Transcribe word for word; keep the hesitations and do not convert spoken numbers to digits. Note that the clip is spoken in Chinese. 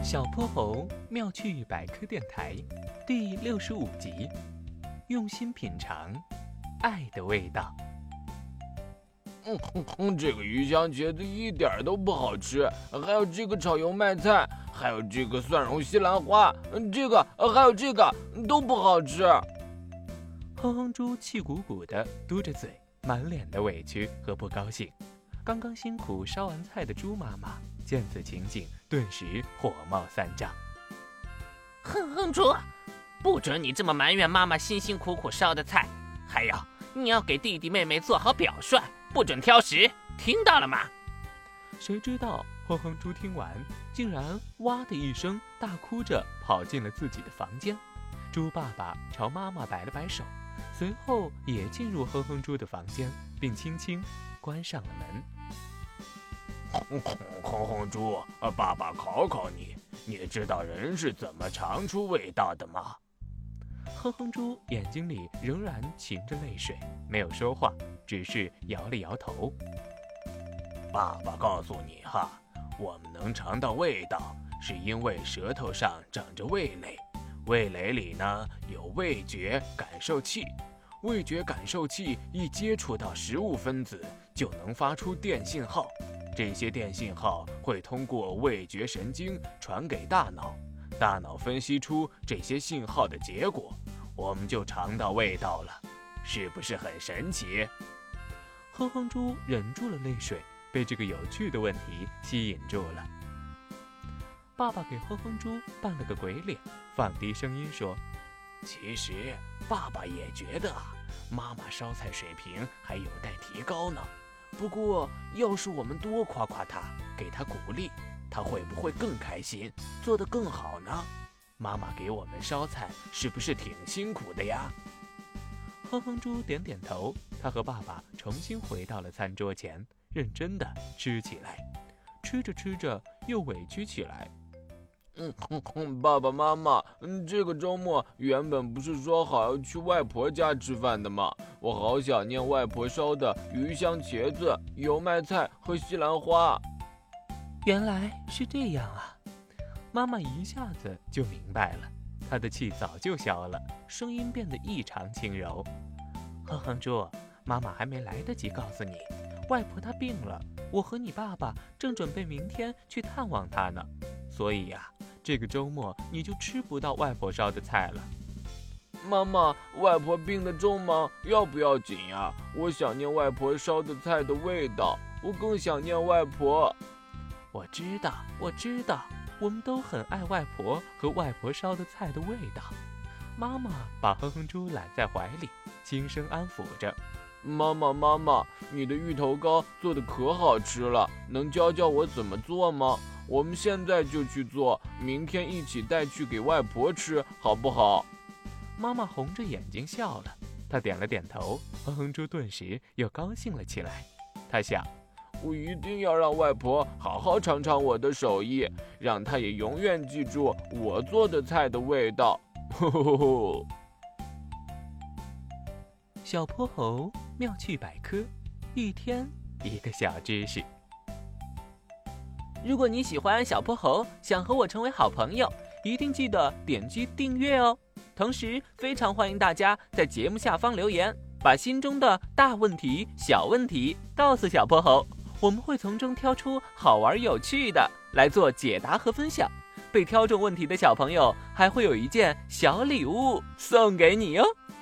小泼猴妙趣百科电台第六十五集，用心品尝爱的味道。 嗯，这个鱼香茄子一点都不好吃，还有这个炒油麦菜，还有这个蒜蓉西兰花，这个还有这个都不好吃。 哼哼猪气鼓鼓地嘟着嘴，满脸的委屈和不高兴。刚刚辛苦烧完菜的猪妈妈见此情景，顿时火冒三丈。 哼哼猪，不准你这么埋怨妈妈辛辛苦苦烧的菜，还有你要给弟弟妹妹做好表率，不准挑食，听到了吗？ 谁知道哼哼猪听完，竟然哇的一声大哭着跑进了自己的房间。猪爸爸朝妈妈摆了摆手，随后也进入哼哼猪的房间，并轻轻关上了门。 哼哼猪，爸爸考考你，你知道人是怎么尝出味道的吗？ 哼哼猪眼睛里仍然噙着泪水，没有说话，只是摇了摇头。 爸爸告诉你哈，我们能尝到味道，是因为舌头上长着味蕾，味蕾里呢有味觉感受器，味觉感受器一接触到食物分子，就能发出电信号。这些电信号会通过味觉神经传给大脑，大脑分析出这些信号的结果，我们就尝到味道了，是不是很神奇？ 哼哼猪忍住了泪水，被这个有趣的问题吸引住了。爸爸给哼哼猪扮了个鬼脸，放低声音说： 其实爸爸也觉得啊，妈妈烧菜水平还有待提高呢。不过要是我们多夸夸她，给她鼓励，她会不会更开心，做得更好呢？妈妈给我们烧菜是不是挺辛苦的呀？ 哼哼猪点点头，他和爸爸重新回到了餐桌前，认真地吃起来。吃着吃着又委屈起来。 嗯嗯，爸爸妈妈，嗯，这个周末原本不是说好要去外婆家吃饭的吗？我好想念外婆烧的鱼香茄子、油麦菜和西兰花。 原来是这样啊！妈妈一下子就明白了，她的气早就消了，声音变得异常轻柔。哼哼猪，妈妈还没来得及告诉你，外婆她病了，我和你爸爸正准备明天去探望她呢，所以呀、啊，这个周末你就吃不到外婆烧的菜了。 妈妈，外婆病得重吗？要不要紧呀？我想念外婆烧的菜的味道，我更想念外婆。 我知道，我知道，我们都很爱外婆和外婆烧的菜的味道。妈妈把哼哼猪揽在怀里，轻声安抚着。 妈妈，妈妈，你的芋头糕做得可好吃了，能教教我怎么做吗？我们现在就去做，明天一起带去给外婆吃，好不好？ 妈妈红着眼睛笑了，她点了点头，哼哼猪顿时又高兴了起来。她想， 我一定要让外婆好好尝尝我的手艺，让她也永远记住我做的菜的味道。吼吼吼！ 小泼猴妙趣百科，一天一个小知识。如果你喜欢小泼猴，想和我成为好朋友，一定记得点击订阅哦。同时，非常欢迎大家在节目下方留言，把心中的大问题、小问题告诉小泼猴，我们会从中挑出好玩有趣的来做解答和分享。被挑中问题的小朋友还会有一件小礼物送给你哟。